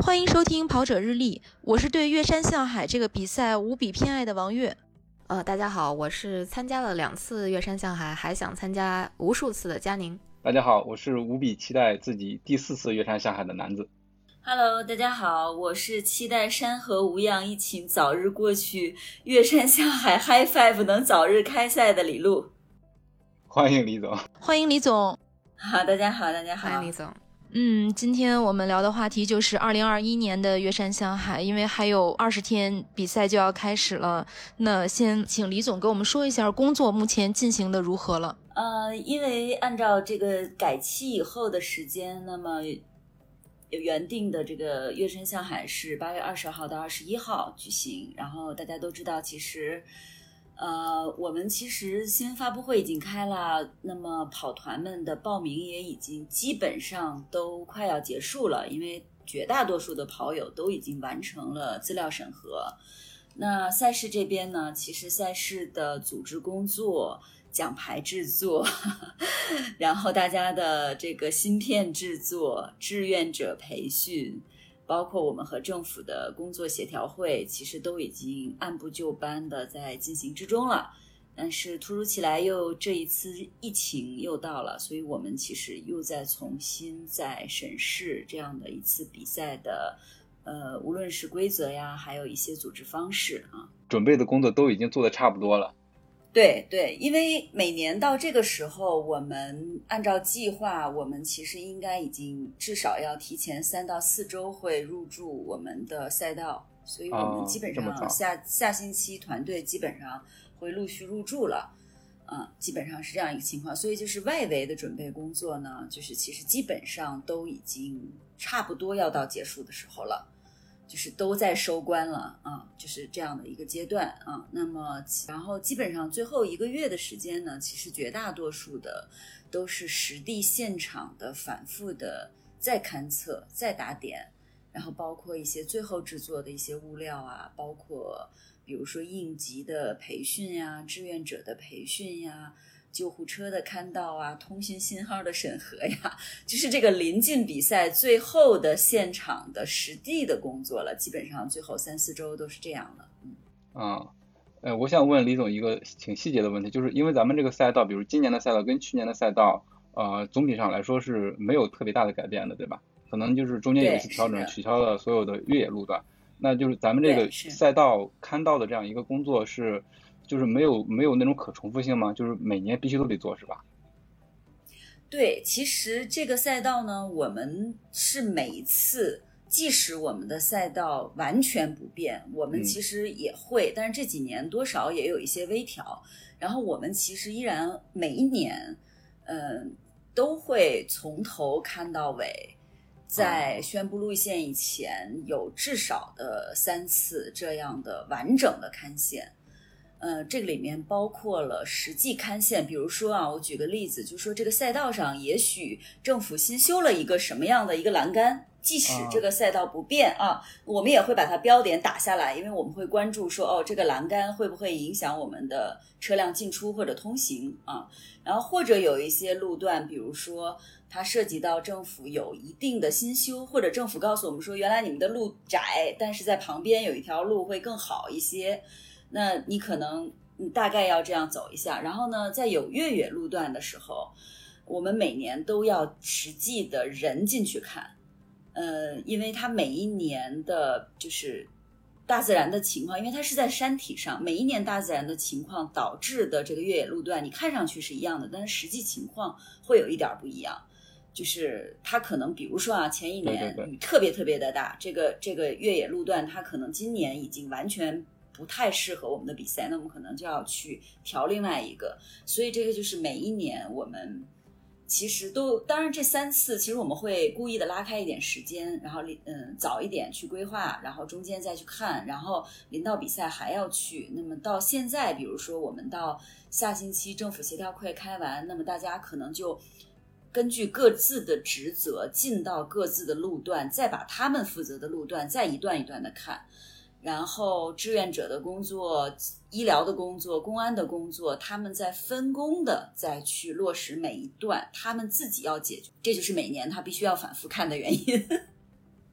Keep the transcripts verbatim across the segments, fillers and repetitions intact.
欢迎收听跑者日历，我是对岳山向海这个比赛无比偏爱的王悦。 呃，大家好，我是参加了两次岳山向海，还想参加无数次的佳宁。 大家好，我是无比期待自己第四次岳山向海的男子。 Hello， 大家好，我是期待山河无恙疫情早日过去，岳山向海 High Five 能早日开赛的李璐。 欢迎李总。 欢迎李总。 好，大家好，大家好。 欢迎李总。 嗯，今天我们聊的话题就是二零二一年的岳山向海，因为还有二十天比赛就要开始了。那先请李总给我们说一下工作目前进行的如何了。 呃，因为按照这个改期以后的时间，那么原定的这个岳山向海是八月二十号到二十一号举行。然后大家都知道，其实呃，我们其实新闻发布会已经开了，那么跑团们的报名也已经基本上都快要结束了，因为绝大多数的跑友都已经完成了资料审核。那赛事这边呢，其实赛事的组织工作、奖牌制作，然后大家的这个芯片制作、志愿者培训，包括我们和政府的工作协调会，其实都已经按部就班的在进行之中了。但是突如其来又这一次疫情又到了，所以我们其实又在重新在审视这样的一次比赛的呃，无论是规则呀，还有一些组织方式啊。 准备的工作都已经做得差不多了。 对对，因为每年到这个时候，我们按照计划，我们其实应该已经至少要提前三到四周会入驻我们的赛道，所以我们基本上下、哦、下星期团队基本上会陆续入驻了，嗯，基本上是这样一个情况。所以就是外围的准备工作呢，就是其实基本上都已经差不多要到结束的时候了。就是都在收官了啊，就是这样的一个阶段啊。那么，然后基本上最后一个月的时间呢，其实绝大多数的都是实地现场的反复的再勘测、再打点，然后包括一些最后制作的一些物料啊，包括比如说应急的培训呀、志愿者的培训呀、救护车的看到啊，通讯信号的审核呀，就是这个临近比赛最后的现场的实地的工作了，基本上最后三四周都是这样的。嗯啊，呃，我想问李总一个挺细节的问题，就是因为咱们这个赛道，比如今年的赛道跟去年的赛道，呃，总体上来说是没有特别大的改变的，对吧？可能就是中间有一次调整，取消了所有的越野路段，那就是咱们这个赛道看到的这样一个工作是。就是没有没有那种可重复性吗？就是每年必须都得做是吧？ 对，其实这个赛道呢，我们是每一次，即使我们的赛道完全不变，我们其实也会，嗯、但是这几年多少也有一些微调。然后我们其实依然每一年，嗯、呃，都会从头看到尾。在宣布路线以前，有至少的三次这样的完整的看线。呃，这个里面包括了实际看线，比如说啊，我举个例子，就是说这个赛道上也许政府新修了一个什么样的一个栏杆，即使这个赛道不变啊，我们也会把它标点打下来，因为我们会关注说，哦，这个栏杆会不会影响我们的车辆进出或者通行啊？然后或者有一些路段，比如说它涉及到政府有一定的新修，或者政府告诉我们说，原来你们的路窄，但是在旁边有一条路会更好一些。那你可能你大概要这样走一下，然后呢，在有越野路段的时候，我们每年都要实际的人进去看，呃，因为它每一年的就是大自然的情况，因为它是在山体上，每一年大自然的情况导致的这个越野路段，你看上去是一样的，但是实际情况会有一点不一样。就是它可能比如说啊，前一年雨特别特别的大，这个这个越野路段它可能今年已经完全不太适合我们的比赛，那我们可能就要去调另外一个。所以这个就是每一年我们其实都，当然这三次其实我们会故意的拉开一点时间，然后嗯早一点去规划，然后中间再去看，然后临到比赛还要去。那么到现在比如说我们到下星期政府协调会开完，那么大家可能就根据各自的职责进到各自的路段，再把他们负责的路段再一段一段的看，然后志愿者的工作、医疗的工作、公安的工作，他们在分工的再去落实每一段他们自己要解决，这就是每年他必须要反复看的原因。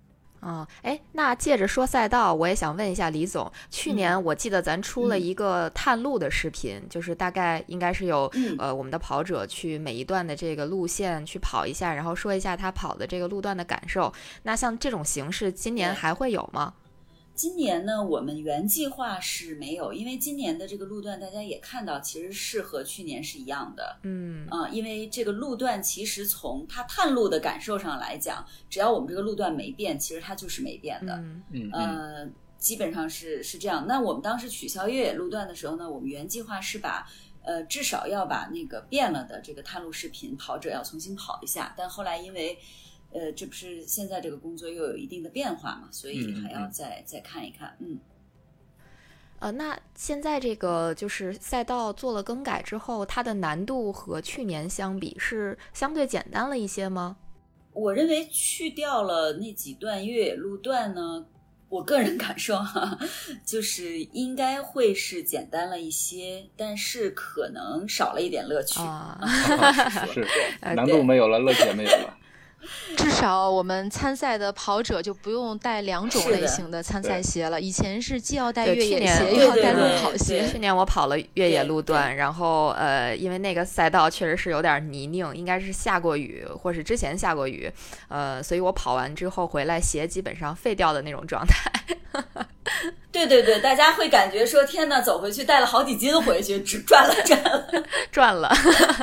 嗯，哎，那借着说赛道，我也想问一下李总，去年我记得咱出了一个探路的视频，嗯、就是大概应该是有、嗯、呃我们的跑者去每一段的这个路线去跑一下，然后说一下他跑的这个路段的感受。那像这种形式，今年还会有吗？ 今年呢，我们原计划是没有，因为今年的这个路段大家也看到，其实是和去年是一样的。 嗯啊、呃，因为这个路段其实从它探路的感受上来讲，只要我们这个路段没变，其实它就是没变的。 嗯嗯呃，基本上是是这样。那我们当时取消越野路段的时候呢，我们原计划是把呃至少要把那个变了的这个探路视频跑者要重新跑一下，但后来因为呃，这不是现在这个工作又有一定的变化嘛，所以还要再、嗯、再看一看。嗯， 呃，那现在这个就是赛道做了更改之后，它的难度和去年相比是相对简单了一些吗？ 我认为去掉了那几段越野路段呢，我个人感受哈，就是应该会是简单了一些，但是可能少了一点乐趣啊。 是是，难度没有了，乐趣也没有了。 至少我们参赛的跑者就不用带两种类型的参赛鞋了，以前是既要带越野鞋又要带路跑鞋。 去年我跑了越野路段，然后呃，因为那个赛道确实是有点泥泞，应该是下过雨或是之前下过雨，呃，所以我跑完之后回来鞋基本上废掉的那种状态。 对对对，大家会感觉说天哪，走回去带了好几斤回去，只赚了赚了赚了。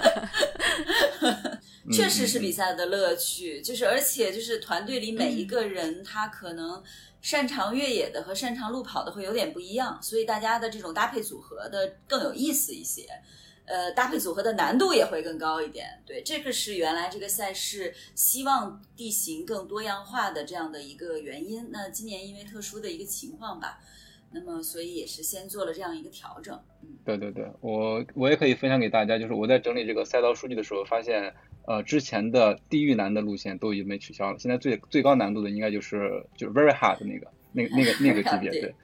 确实是比赛的乐趣，就是而且就是团队里每一个人他可能擅长越野的和擅长路跑的会有点不一样，所以大家的这种搭配组合的更有意思一些，呃，搭配组合的难度也会更高一点。对，这个是原来这个赛事希望地形更多样化的这样的一个原因。那今年因为特殊的一个情况吧，那么所以也是先做了这样一个调整。嗯， 对对对，我我也可以分享给大家，就是我在整理这个赛道数据的时候发现，呃，之前的地狱难的路线都已经被取消了，现在最最高难度的应该就是就是 very hard 那个那个那个那个级别，对。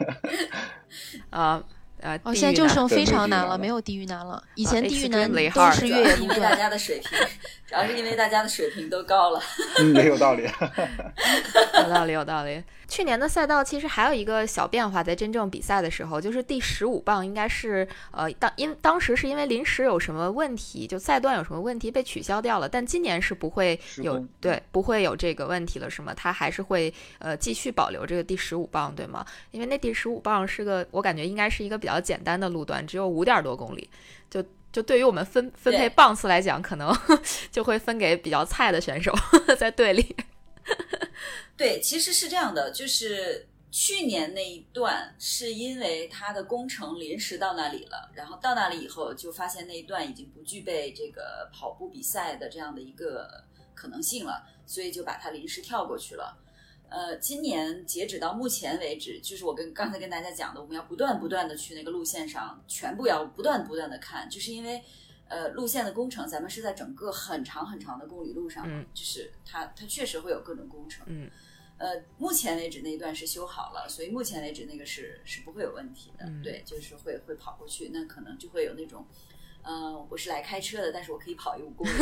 啊。呃， 哦，现在就剩非常难了，没有地狱难了。以前地狱难都是越野路段， 因为大家的水平，主要是因为大家的水平都高了。 嗯，也有道理， 有道理，有道理。去年的赛道其实还有一个小变化，在真正比赛的时候，就是第十五棒应该是呃当因当时是因为临时有什么问题，就赛段有什么问题被取消掉了，但今年是不会有对不会有这个问题了，是吗？它还是会呃继续保留这个第十五棒，对吗？因为那第十五棒是个我感觉应该是一个比较简单的路段，只有五点多公里，就就对于我们分分配棒次来讲，可能就会分给比较菜的选手在队里。 对，其实是这样的，就是去年那一段是因为它的工程临时到那里了，然后到那里以后就发现那一段已经不具备这个跑步比赛的这样的一个可能性了，所以就把它临时跳过去了。呃，今年截止到目前为止，就是我跟刚才跟大家讲的，我们要不断不断的去那个路线上，全部要不断不断的看，就是因为呃路线的工程，咱们是在整个很长很长的公里路上， 嗯， 就是它它确实会有各种工程， 嗯， 呃，目前为止那一段是修好了，所以目前为止那个是是不会有问题的， 嗯、 对，就是会会跑过去，那可能就会有那种。呃，我是来开车的，但是我可以跑一五公里。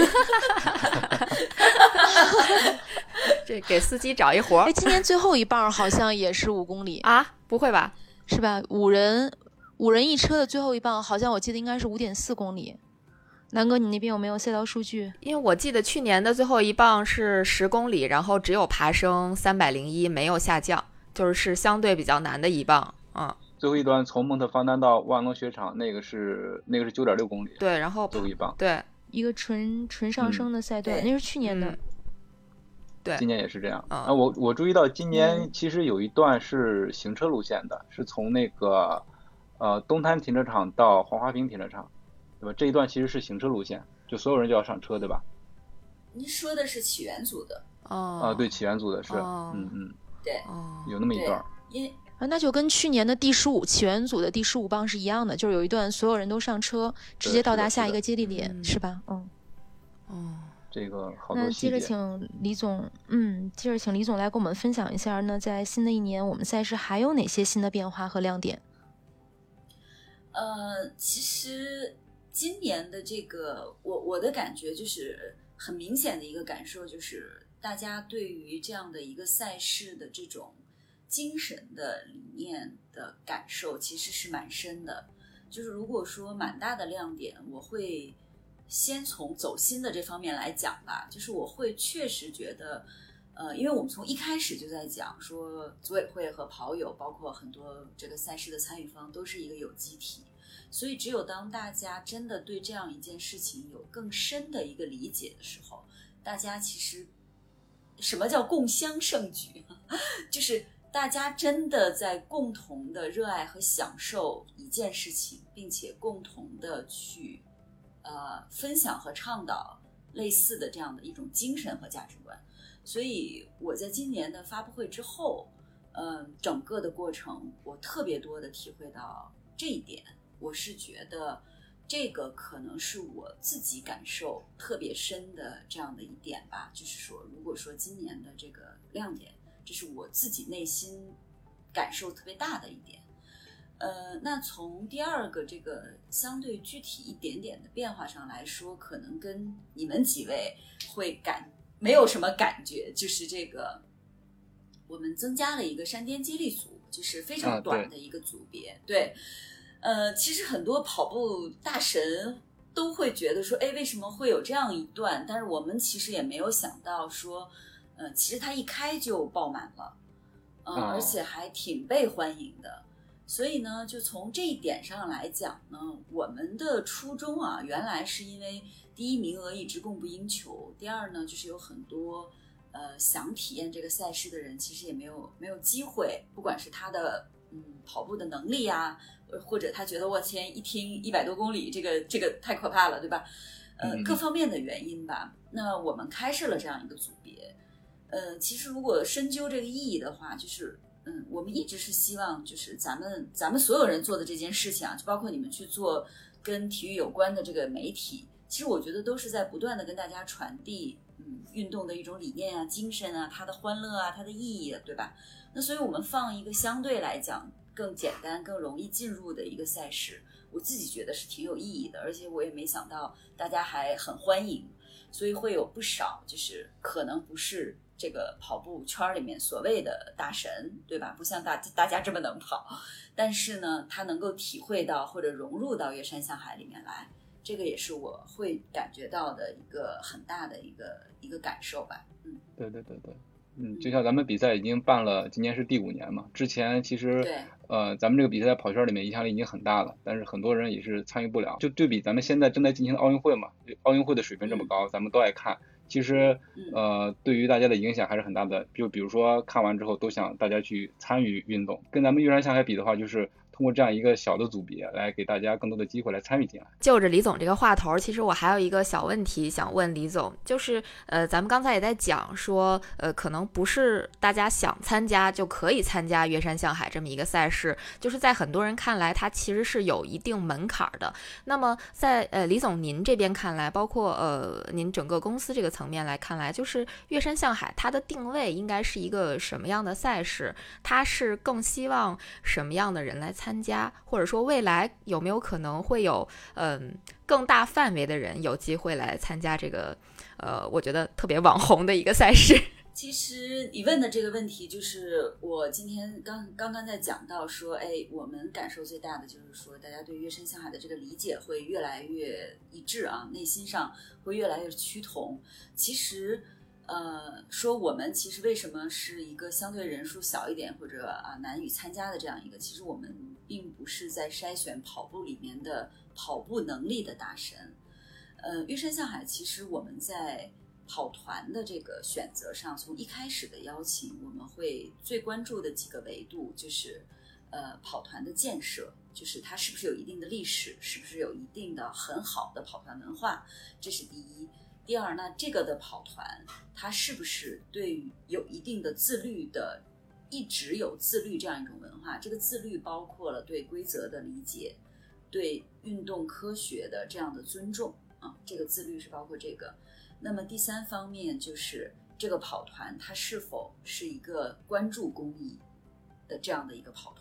这给司机找一活。 哎，今年最后一棒好像也是五公里啊？不会吧？ 是吧？五人五人一车的最后一棒，好像我记得应该是五点四公里。南哥，你那边有没有赛道数据？ 因为我记得去年的最后一棒是十公里，然后只有爬升三百零一，没有下降，就是是相对比较难的一棒，嗯。 最后一段从蒙特方丹到万隆雪场，那个是那个是九点六公里， 对，然后最后一棒， 对， 一个纯纯上升的赛段， 嗯、 那是去年的， 嗯、对， 今年也是这样。 嗯、 啊，我我注意到今年其实有一段是行车路线的，嗯、是从那个呃东滩停车场到黄华坪停车场，对吧？这一段其实是行车路线，就所有人就要上车，对吧？ 您说的是起源组的哦， 啊，对，起源组的是， 哦、 嗯嗯， 对， 哦， 有那么一段， 因为。 啊，那就跟去年的第十五起源组的第十五棒是一样的，就是有一段所有人都上车，直接到达下一个接力点，是, 是吧？嗯， 哦， 这个好多细节。 那接着请李总，嗯，接着请李总来跟我们分享一下呢，在新的一年我们赛事还有哪些新的变化和亮点？ 呃，其实今年的这个，我我的感觉就是很明显的一个感受就是。 大家对于这样的一个赛事的这种精神的理念的感受其实是蛮深的。就是如果说蛮大的亮点，我会先从走心的这方面来讲吧，就是我会确实觉得呃，因为我们从一开始就在讲说组委会和跑友包括很多这个赛事的参与方都是一个有机体，所以只有当大家真的对这样一件事情有更深的一个理解的时候，大家其实什么叫共襄盛举，就是大家真的在共同的热爱和享受一件事情，并且共同的去呃分享和倡导类似的这样的一种精神和价值观。所以我在今年的发布会之后，嗯、呃，整个的过程我特别多的体会到这一点。我是觉得这个可能是我自己感受特别深的这样的一点吧，就是说如果说今年的这个亮点，这是我自己内心感受特别大的一点。呃，那从第二个这个相对具体一点点的变化上来说，可能跟你们几位会感没有什么感觉，就是这个我们增加了一个山巅接力组，就是非常短的一个组别、啊、对, 对呃，其实很多跑步大神都会觉得说，哎，为什么会有这样一段？但是我们其实也没有想到说，呃，其实它一开就爆满了，呃，哦、而且还挺被欢迎的。所以呢，就从这一点上来讲呢，我们的初衷啊，原来是因为第一名额一直供不应求，第二呢，就是有很多呃想体验这个赛事的人，其实也没有没有机会，不管是他的嗯跑步的能力啊。或者他觉得我天一听一百多公里这个这个太可怕了，对吧？呃，各方面的原因吧。那我们开设了这样一个组别。呃，其实如果深究这个意义的话，就是嗯，我们一直是希望就是咱们咱们所有人做的这件事情啊，就包括你们去做跟体育有关的这个媒体，其实我觉得都是在不断的跟大家传递嗯运动的一种理念啊、精神啊、它的欢乐啊、它的意义的，对吧？那所以我们放一个相对来讲更简单更容易进入的一个赛事，我自己觉得是挺有意义的，而且我也没想到大家还很欢迎，所以会有不少就是可能不是这个跑步圈里面所谓的大神，对吧？不像大大家这么能跑，但是呢他能够体会到或者融入到越山向海里面来，这个也是我会感觉到的一个很大的一个一个感受吧。嗯， 对对对对。嗯，就像咱们比赛已经办了，今年是第五年嘛。之前其实，呃，咱们这个比赛在跑圈里面影响力已经很大了，但是很多人也是参与不了。就对比咱们现在正在进行的奥运会嘛，奥运会的水平这么高，咱们都爱看。其实，呃，对于大家的影响还是很大的。就比如说看完之后都想大家去参与运动，跟咱们越山向海比的话，就是通过这样一个小的组别来给大家更多的机会来参与进来。 就着李总这个话头，其实我还有一个小问题想问李总，就是呃，咱们刚才也在讲说，呃，可能不是大家想参加就可以参加越山向海这么一个赛事，就是在很多人看来，它其实是有一定门槛的。那么在呃李总您这边看来，包括呃您整个公司这个层面来看来，就是越山向海它的定位应该是一个什么样的赛事？它是更希望什么样的人来参加？参加，或者说未来有没有可能会有嗯更大范围的人有机会来参加这个呃我觉得特别网红的一个赛事？ 其实你问的这个问题，就是我今天刚刚刚在讲到说，哎，我们感受最大的就是说，大家对越山向海的这个理解会越来越一致啊，内心上会越来越趋同。其实。呃，说我们其实为什么是一个相对人数小一点或者啊难以参加的这样一个，其实我们并不是在筛选跑步里面的跑步能力的大神。呃，越山向海其实我们在跑团的这个选择上，从一开始的邀请，我们会最关注的几个维度就是呃跑团的建设，就是它是不是有一定的历史，是不是有一定的很好的跑团文化，这是第一。第二，那这个的跑团它是不是对于有一定的自律的，一直有自律这样一种文化，这个自律包括了对规则的理解，对运动科学的这样的尊重啊，这个自律是包括这个。那么第三方面就是这个跑团它是否是一个关注公益的这样的一个跑团，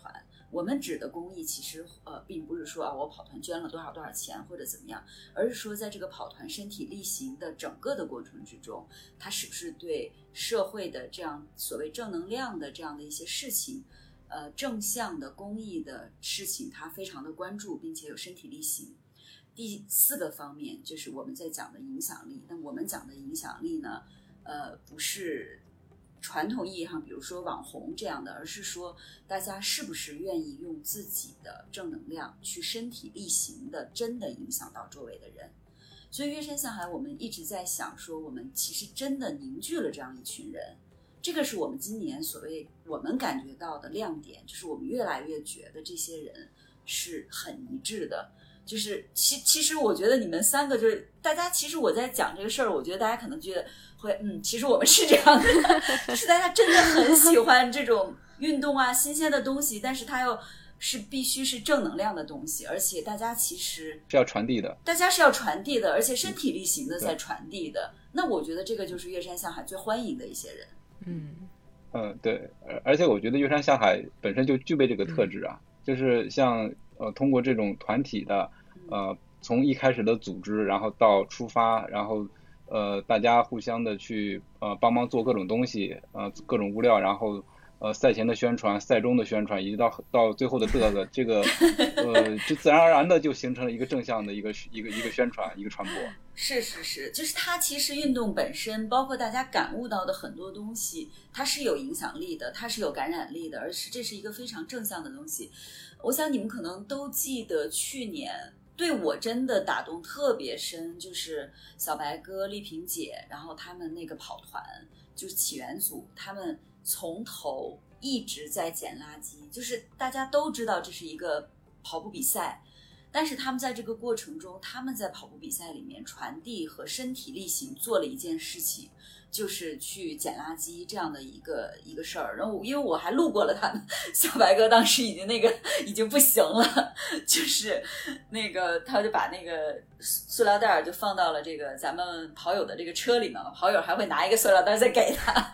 我们指的公益其实呃，并不是说啊我跑团捐了多少多少钱或者怎么样，而是说在这个跑团身体力行的整个的过程之中，它是不是对社会的这样所谓正能量的这样的一些事情，呃，正向的公益的事情，它非常的关注，并且有身体力行。第四个方面就是我们在讲的影响力。那我们讲的影响力呢，呃，不是传统意义上比如说网红这样的，而是说大家是不是愿意用自己的正能量去身体力行的真的影响到周围的人。所以月山向海我们一直在想说，我们其实真的凝聚了这样一群人，这个是我们今年所谓我们感觉到的亮点，就是我们越来越觉得这些人是很一致的。就是其其实我觉得你们三个就是大家，其实我在讲这个事儿，我觉得大家可能觉得会嗯，其实我们是这样的，就是大家真的很喜欢这种运动啊，新鲜的东西，但是它又是必须是正能量的东西，而且大家其实是要传递的， 大家是要传递的，而且身体力行的在传递的。那我觉得这个就是月山向海最欢迎的一些人。 嗯嗯，对，而且我觉得月山向海本身就具备这个特质啊，嗯、就是像呃通过这种团体的。呃，从一开始的组织，然后到出发，然后呃，大家互相的去呃帮忙做各种东西，呃，各种物料，然后呃赛前的宣传、赛中的宣传，以及到到最后的嘚瑟，这个呃就自然而然的就形成了一个正向的一个一个一个宣传、一个传播。 是是是，就是它其实运动本身，包括大家感悟到的很多东西，它是有影响力的，它是有感染力的，而是这是一个非常正向的东西。我想你们可能都记得去年。对我真的打动特别深，就是小白哥、丽萍姐，然后他们那个跑团，就是起源组，他们从头一直在捡垃圾，就是大家都知道这是一个跑步比赛，但是他们在这个过程中，他们在跑步比赛里面传递和身体力行做了一件事情，就是去捡垃圾这样的一个一个事儿。然后因为我还路过了他们，小白哥当时已经那个已经不行了，就是那个他就把那个塑料袋就放到了这个咱们跑友的这个车里面，跑友还会拿一个塑料袋再给他。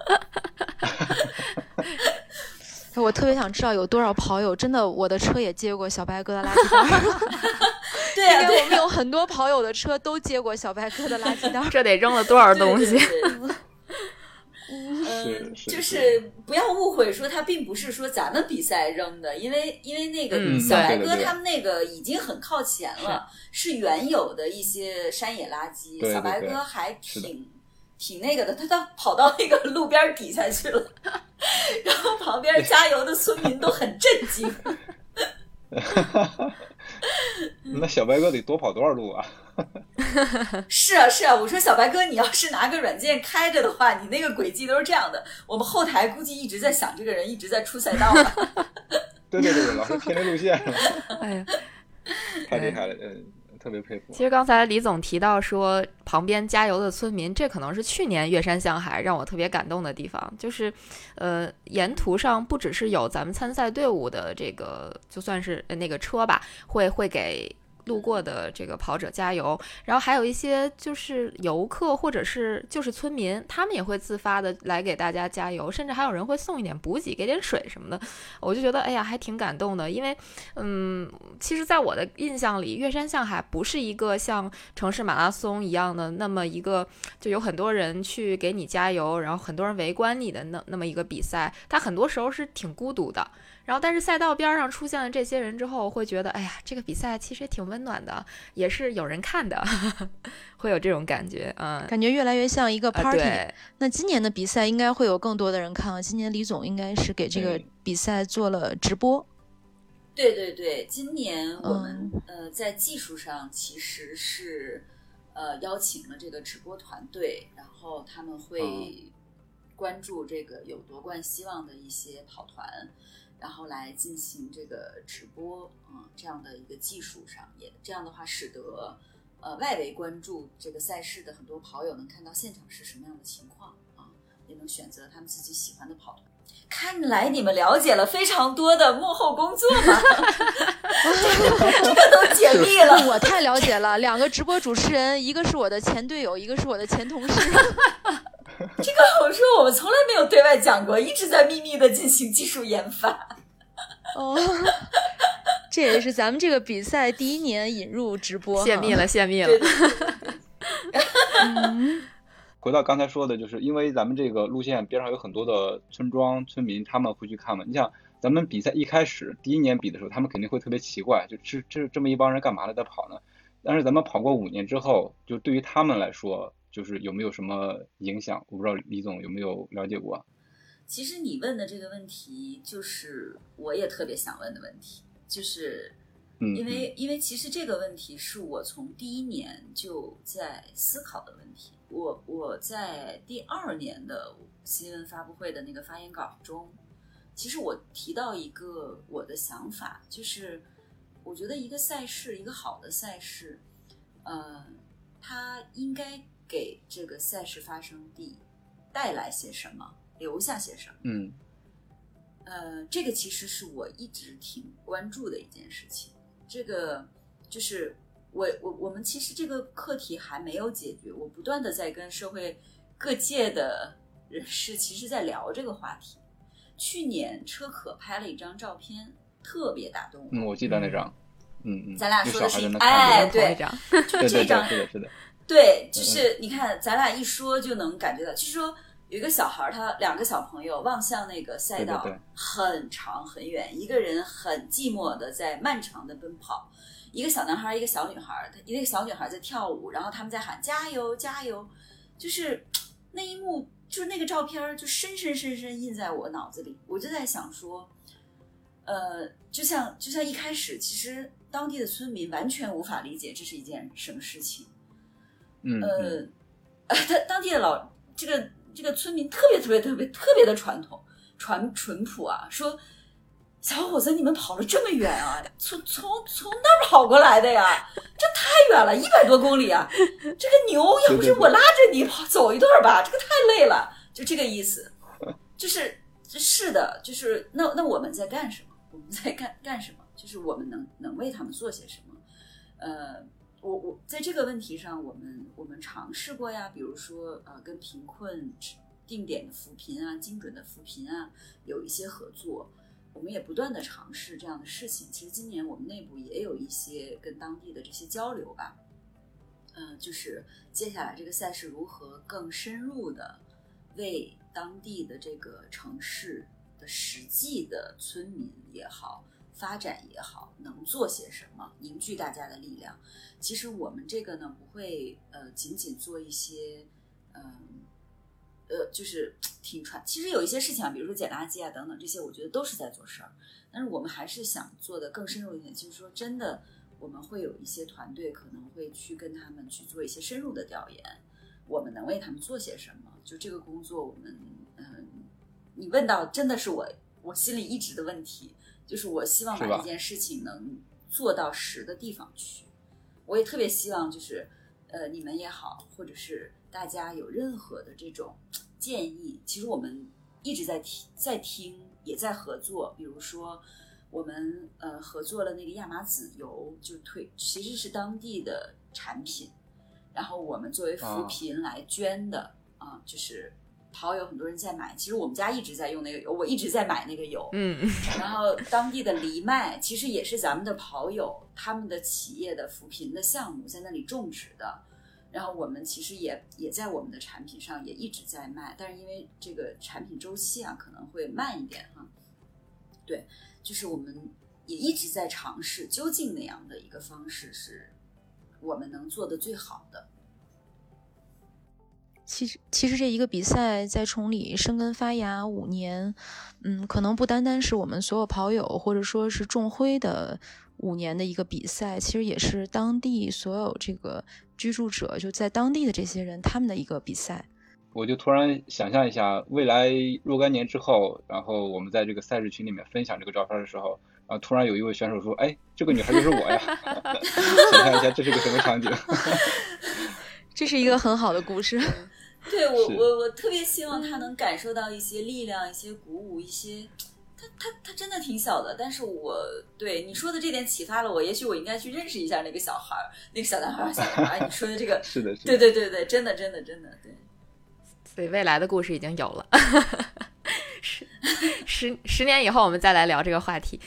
我特别想知道有多少跑友真的我的车也接过小白哥的垃圾袋。 对啊， 因为我们有很多跑友的车都接过小白哥的垃圾袋。 这得扔了多少东西？ 对对对嗯，就是不要误会说它并不是说咱们比赛扔的，因为因为那个小白哥他们那个已经很靠前了，嗯、是, 是原有的一些山野垃圾。 对对对， 小白哥还挺挺那个的，他他跑到那个路边底下去了，然后旁边加油的村民都很震惊。 那小白哥得多跑多少路啊？ 是啊是啊，我说小白哥，你要是拿个软件开着的话，你那个轨迹都是这样的。我们后台估计一直在想，这个人一直在出赛道了。 对对对，老是偏离路线。 哎呀， 太厉害了，嗯。特别佩服。 其实刚才李总提到说旁边加油的村民，这可能是去年月山向海让我特别感动的地方，就是呃沿途上不只是有咱们参赛队伍的这个就算是那个车吧，会会给路过的这个跑者加油，然后还有一些就是游客或者是就是村民，他们也会自发的来给大家加油，甚至还有人会送一点补给，给点水什么的。我就觉得哎呀还挺感动的，因为嗯其实在我的印象里，月山向海不是一个像城市马拉松一样的那么一个就有很多人去给你加油，然后很多人围观你的那那么一个比赛，它很多时候是挺孤独的。然后但是赛道边上出现了这些人之后，会觉得哎呀这个比赛其实也挺温暖的，也是有人看的，呵呵会有这种感觉。嗯， 感觉越来越像一个 party、 呃、 那今年的比赛应该会有更多的人看了，今年李总应该是给这个比赛做了直播。 对对对，今年我们、嗯、呃在技术上其实是呃邀请了这个直播团队，然后他们会关注这个有夺冠希望的一些跑团，然后来进行这个直播，嗯，这样的一个技术上也这样的话，使得呃外围关注这个赛事的很多跑友能看到现场是什么样的情况啊，也能选择他们自己喜欢的跑团。看来你们了解了非常多的幕后工作嘛，这个都解密了。 我太了解了，两个直播主持人，一个是我的前队友，一个是我的前同事。 这个我说我们从来没有对外讲过，一直在秘密的进行技术研发。 哦，这也是咱们这个比赛第一年引入直播， 泄密了，泄密了。 对对对对对嗯回到刚才说的，就是因为咱们这个路线边上有很多的村庄村民，他们会去看嘛。你像咱们比赛一开始第一年比的时候，他们肯定会特别奇怪，就这这这么一帮人干嘛来在跑呢？但是咱们跑过五年之后，就对于他们来说，就是有没有什么影响？我不知道李总有没有了解过。 其实你问的这个问题，就是我也特别想问的问题，就是因为、嗯、因为其实这个问题是我从第一年就在思考的问题。我我在第二年的新闻发布会的那个发言稿中，其实我提到一个我的想法，就是我觉得一个赛事，一个好的赛事，呃，它应该给这个赛事发生地带来些什么，留下些什么。 嗯， 呃，这个其实是我一直挺关注的一件事情。这个就是我我我们其实这个课题还没有解决，我不断的在跟社会各界的人士其实在聊这个话题。去年车可拍了一张照片，特别打动我。 嗯，我记得那张。嗯嗯。 咱俩说的是哎， 对，就这张， 是的，是的。 对，就是你看，咱俩一说就能感觉到，就是说有一个小孩，他两个小朋友望向那个赛道， 对对对， 很长很远，一个人很寂寞的在漫长的奔跑。一个小男孩，一个小女孩，一个小女孩在跳舞，然后他们在喊加油加油，就是那一幕，就是那个照片就深深深深印在我脑子里。我就在想说，呃，就像就像一开始，其实当地的村民完全无法理解这是一件什么事情。 嗯， 呃，他当地的老这个这个村民特别特别特别特别的传统传淳朴啊，说。小伙子，你们跑了这么远啊？从从从那儿跑过来的呀？这太远了，一百多公里啊！这个牛要不是我拉着你跑走一段吧，这个太累了。就这个意思，就是是的，就是那那我们在干什么？我们在干干什么？就是我们能能为他们做些什么？呃，我我在这个问题上，我们我们尝试过呀，比如说呃，跟贫困定点的扶贫啊、精准的扶贫啊，有一些合作。我们也不断的尝试这样的事情。其实今年我们内部也有一些跟当地的这些交流吧，呃，就是接下来这个赛事如何更深入的为当地的这个城市的实际的村民也好，发展也好，能做些什么，凝聚大家的力量。其实我们这个呢，不会呃仅仅做一些嗯。呃呃，就是挺传，其实有一些事情啊，比如说捡垃圾啊等等，这些我觉得都是在做事儿。但是我们还是想做的更深入一点，就是说真的，我们会有一些团队可能会去跟他们去做一些深入的调研，我们能为他们做些什么？就这个工作，我们嗯、呃，你问到真的是我我心里一直的问题，就是我希望把这件事情能做到实的地方去。我也特别希望就是呃，你们也好，或者是大家有任何的这种建议，其实我们一直在听，在听，也在合作。比如说，我们呃合作了那个亚麻籽油，就推其实是当地的产品，然后我们作为扶贫来捐的啊、呃，就是跑友很多人在买，其实我们家一直在用那个油，我一直在买那个油。 嗯， 然后当地的藜麦其实也是咱们的跑友他们的企业的扶贫的项目在那里种植的。然后我们其实也也在我们的产品上也一直在卖，但是因为这个产品周期啊可能会慢一点哈。对，就是我们也一直在尝试，究竟那样的一个方式是我们能做的最好的。 其实，其实这一个比赛在崇礼生根发芽五年，嗯，可能不单单是我们所有跑友或者说是众辉的五年的一个比赛，其实也是当地所有这个居住者就在当地的这些人他们的一个比赛。 我就突然想象一下，未来若干年之后，然后我们在这个赛事群里面分享这个照片的时候，然后突然有一位选手说：“哎，这个女孩就是我呀！”想象一下，这是个什么场景？ 这是一个很好的故事。 对，我我我特别希望他能感受到一些力量，一些鼓舞，一些。他他他真的挺小的，但是我对你说的这点启发了我，也许我应该去认识一下那个小孩，那个小男孩、小男孩。你说的这个是的，是的， 对对对对，真的真的真的对。 所以未来的故事已经有了。是十十年以后我们再来聊这个话题。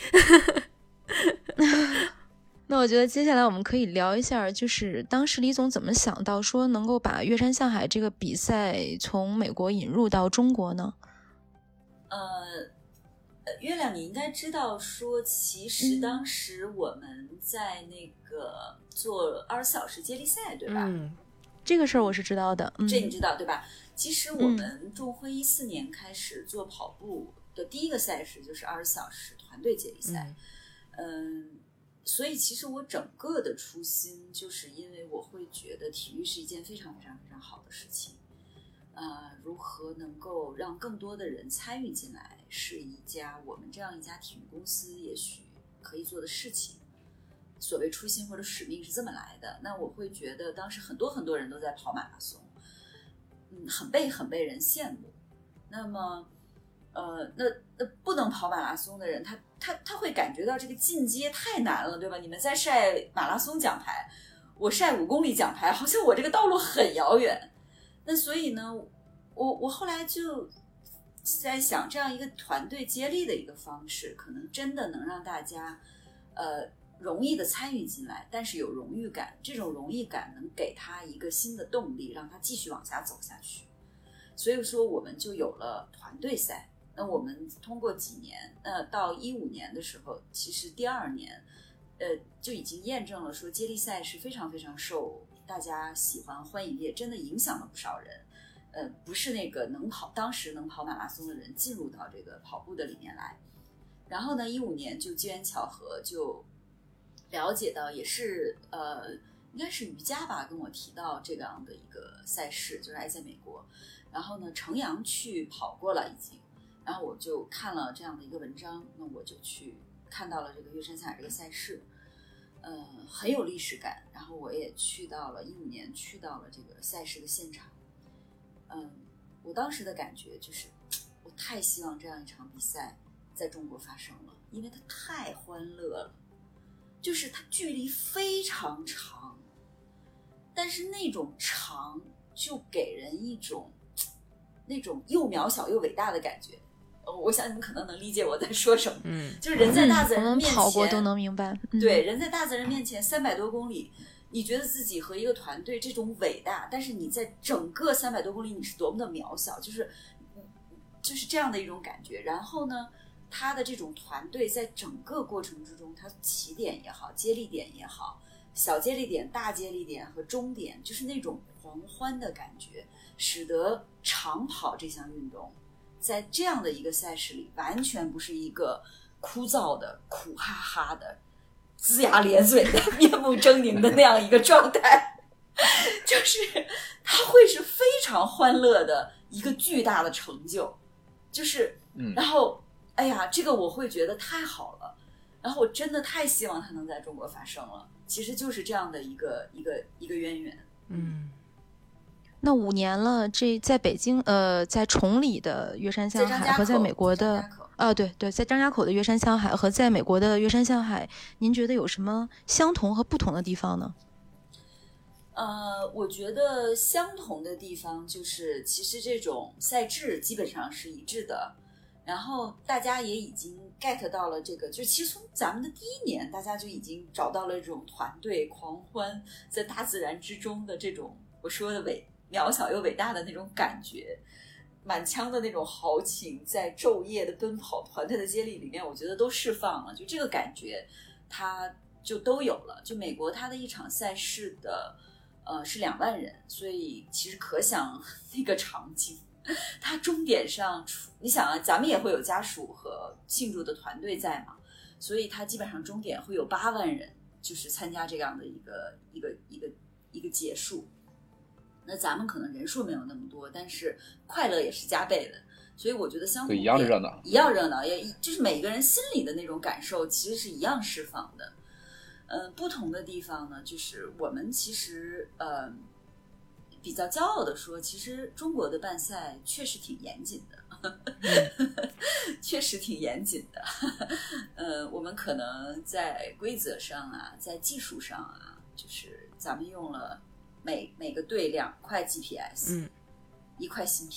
那我觉得接下来我们可以聊一下，就是当时李总怎么想到说能够把越山向海这个比赛从美国引入到中国呢？ 呃，月亮，你应该知道说，其实当时我们在那个做二十四小时接力赛，对吧？ 嗯， 这个事儿我是知道的，嗯、 这你知道对吧？其实我们众辉一四年开始做跑步的第一个赛事就是二十四小时团队接力赛，嗯。嗯，所以其实我整个的初心就是因为我会觉得体育是一件非常非常非常好的事情，呃，如何能够让更多的人参与进来，是一家我们这样一家体育公司也许可以做的事情。所谓初心或者使命是这么来的。那我会觉得当时很多很多人都在跑马拉松，嗯，很被很被人羡慕。那么呃，那那不能跑马拉松的人，他他他会感觉到这个进阶太难了，对吧？你们在晒马拉松奖牌，我晒五公里奖牌，好像我这个道路很遥远。那所以呢，我我后来就在想，这样一个团队接力的一个方式，可能真的能让大家呃容易的参与进来，但是有荣誉感，这种荣誉感能给他一个新的动力，让他继续往下走下去。所以说，我们就有了团队赛。那我们通过几年，呃，到一五年的时候，其实第二年，呃，就已经验证了说接力赛是非常非常受大家喜欢欢迎，也真的影响了不少人。呃，不是那个能跑，当时能跑马拉松的人进入到这个跑步的里面来。然后呢，一五年就机缘巧合就了解到，也是呃，应该是瑜伽吧，跟我提到这样的一个赛事，就是还在美国。然后呢，程阳去跑过了已经。然后我就看了这样的一个文章，那我就去看到了这个越山向海这个赛事，呃，很有历史感。然后我也去到了一五年，去到了这个赛事的现场。嗯，我当时的感觉就是，我太希望这样一场比赛在中国发生了，因为它太欢乐了，就是它距离非常长，但是那种长就给人一种那种又渺小又伟大的感觉。我想你们可能能理解我在说什么， 嗯， 就是人在大自然面前， 嗯、跑过都能明白。 嗯、对，人在大自然面前三百多公里，你觉得自己和一个团队这种伟大，但是你在整个三百多公里你是多么的渺小，就是就是这样的一种感觉。然后呢，他的这种团队在整个过程之中，他起点也好，接力点也好，小接力点、大接力点和终点，就是那种狂欢的感觉，使得长跑这项运动在这样的一个赛事里，完全不是一个枯燥的、苦哈哈的、龇牙咧嘴的、面目狰狞的那样一个状态，就是它会是非常欢乐的一个巨大的成就，就是，然后，哎呀，这个我会觉得太好了，然后我真的太希望它能在中国发生了，其实就是这样的一个一个一个渊源， 嗯。 那五年了，这在北京呃，在崇礼的越山向海和在美国的啊，对对，在张家口的越山向海和在美国的越山向海，您觉得有什么相同和不同的地方呢？ 呃，我觉得相同的地方就是，其实这种赛制基本上是一致的，然后大家也已经 get 到了这个，就其实从咱们的第一年，大家就已经找到了这种团队狂欢在大自然之中的这种我说的伟。渺小又伟大的那种感觉，满腔的那种豪情在昼夜的奔跑、团队的接力里面，我觉得都释放了，就这个感觉它就都有了。就美国它的一场赛事的呃是两万人，所以其实可想那个场景，它终点上你想啊，咱们也会有家属和庆祝的团队在嘛，所以它基本上终点会有八万人就是参加这样的一个一个一个一个结束。那咱们可能人数没有那么多，但是快乐也是加倍的，所以我觉得相互一样热闹， 一样热闹，也就是每个人心里的那种感受其实是一样释放的。嗯、呃，不同的地方呢，就是我们其实呃比较骄傲的说，其实中国的办赛确实挺严谨的，确实挺严谨的。呃，我们可能在规则上啊，在技术上啊，就是咱们用了。每每个队两块 G P S， 嗯， 一块芯片，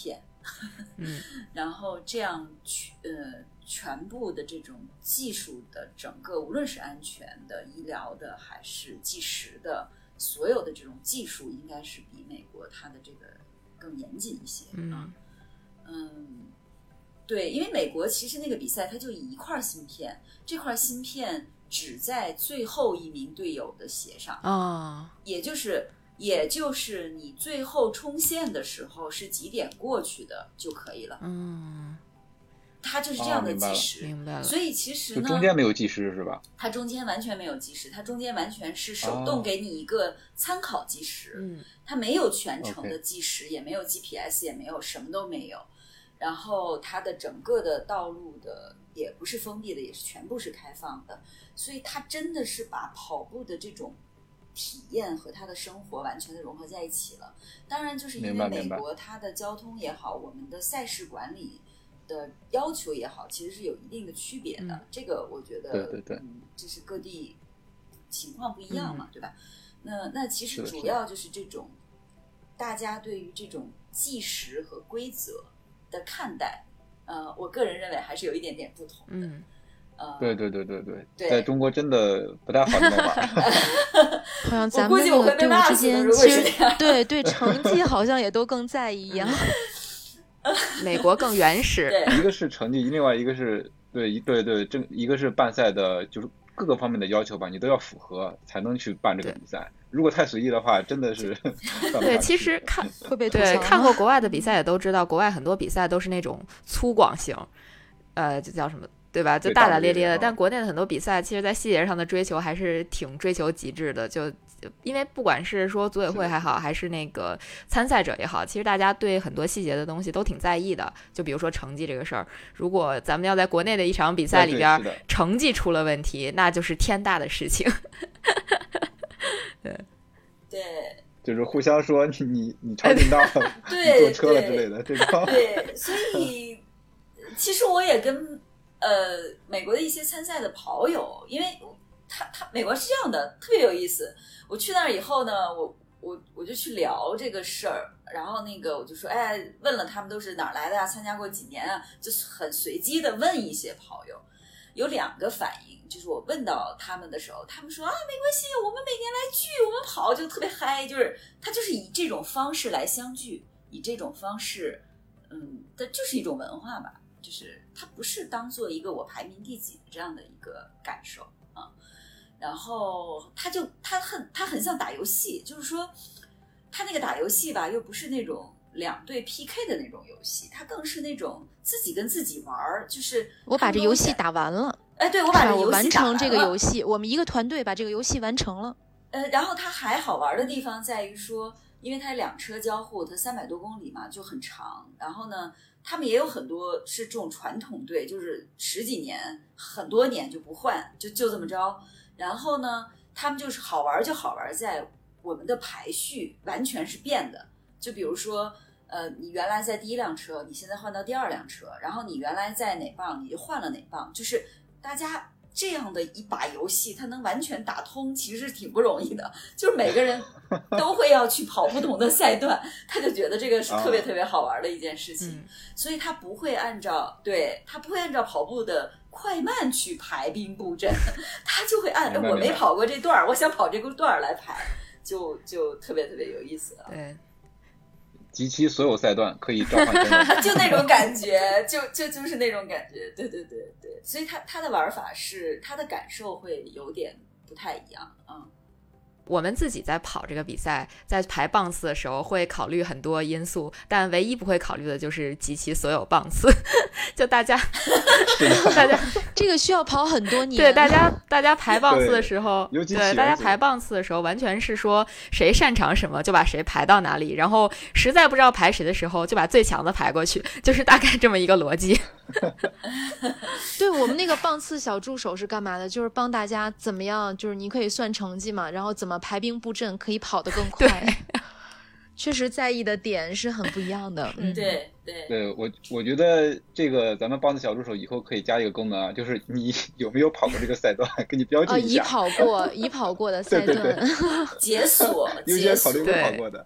嗯， 然后这样呃全部的这种技术的整个，无论是安全的、医疗的还是计时的，所有的这种技术应该是比美国它的这个更严谨一些。 嗯嗯，对，因为美国其实那个比赛它就一块芯片，这块芯片只在最后一名队友的鞋上啊、哦， 也就是也就是你最后冲线的时候是几点过去的就可以了。 嗯， 它就是这样的计时， 哦、明白了。 所以其实呢， 就中间没有计时是吧？ 它中间完全没有计时，它中间完全是手动给你一个参考计时， 嗯、哦， 它没有全程的计时， okay. 也没有 G P S， 也没有什么都没有。然后它的整个的道路的也不是封闭的，也是全部是开放的，所以它真的是把跑步的这种体验和他的生活完全的融合在一起了。当然就是因为美国它的交通也好，我们的赛事管理的要求也好，其实是有一定的区别的、嗯、这个我觉得对对对、 嗯、这是各地情况不一样嘛、 嗯、 对吧？那那其实主要就是这种大家对于这种计时和规则的看待，呃，我个人认为还是有一点点不同的。 嗯， 呃， 对对对对对， 在中国真的不太好那么玩。 好像咱们那个队伍之间，其实对对成绩好像也都更在意一样。 美国更原始， 一个是成绩，另外一个是对一对对正一个是办赛的，就是各个方面的要求吧，你都要符合才能去办这个比赛。如果太随意的话，真的是对。其实看会被对看过国外的比赛也都知道，国外很多比赛都是那种粗犷型，呃，就叫什么？对吧？就大大咧咧的，但国内的很多比赛，其实在细节上的追求还是挺追求极致的。就因为不管是说组委会还好，还是那个参赛者也好，其实大家对很多细节的东西都挺在意的。就比如说成绩这个事儿，如果咱们要在国内的一场比赛里边成绩出了问题，那就是天大的事情。对对， 就是互相说你你你超近道了，你坐车了之类的这种。 对，所以其实我也跟。呃，美国的一些参赛的跑友，因为他他美国是这样的，特别有意思。我去那儿以后呢，我我我就去聊这个事儿，然后那个我就说，哎，问了他们都是哪儿来的呀，参加过几年啊，就是很随机的问一些跑友，有两个反应，就是我问到他们的时候，他们说啊，没关系，我们每年来聚，我们跑就特别嗨，就是他就是以这种方式来相聚，以这种方式，嗯，它就是一种文化吧。就是它不是当做一个我排名第几的这样的一个感受啊，然后他就他很他很像打游戏，就是说他那个打游戏吧，又不是那种两队 P K 的那种游戏，它更是那种自己跟自己玩，就是我把这游戏打完了， 哎，对我把这游戏打完了， 我完成这个游戏，我们一个团队把这个游戏完成了。 呃，然后它还好玩的地方在于说，因为它两车交互，它三百多公里嘛，就很长，然后呢。他们也有很多是这种传统队，就是十几年、很多年就不换，就就这么着。然后呢，他们就是好玩就好玩在我们的排序完全是变的。就比如说，呃，你原来在第一辆车，你现在换到第二辆车，然后你原来在哪棒，你就换了哪棒，就是大家这样的一把游戏，它能完全打通，其实挺不容易的。就是每个人都会要去跑不同的赛段，他就觉得这个是特别特别好玩的一件事情， 嗯、 所以他不会按照对他不会按照跑步的快慢去排兵布阵，他就会按我没跑过这段，我想跑这个段来排，就就特别特别有意思了。 对。 集齐所有赛段可以召唤真人， 就那种感觉，就就就是那种感觉，对对对对，所以他他的玩法是他的感受会有点不太一样，嗯。 我们自己在跑这个比赛，在排棒次的时候会考虑很多因素，但唯一不会考虑的就是集齐所有棒次。就大家，大家这个需要跑很多年。 对，大家大家排棒次的时候， 对， 对大家排棒次的时候，完全是说谁擅长什么就把谁排到哪里，然后实在不知道排谁的时候，就把最强的排过去，就是大概这么一个逻辑。 对，我们那个棒次小助手是干嘛的？就是帮大家怎么样，就是你可以算成绩嘛，然后怎么排兵布阵可以跑得更快。确实在意的点是很不一样的。 嗯，对对对，我我觉得这个咱们棒子小助手以后可以加一个功能啊，就是你有没有跑过这个赛段，给你标记一下。 啊，已跑过，已跑过的赛段， 对对对解锁， 优先考虑没跑过的。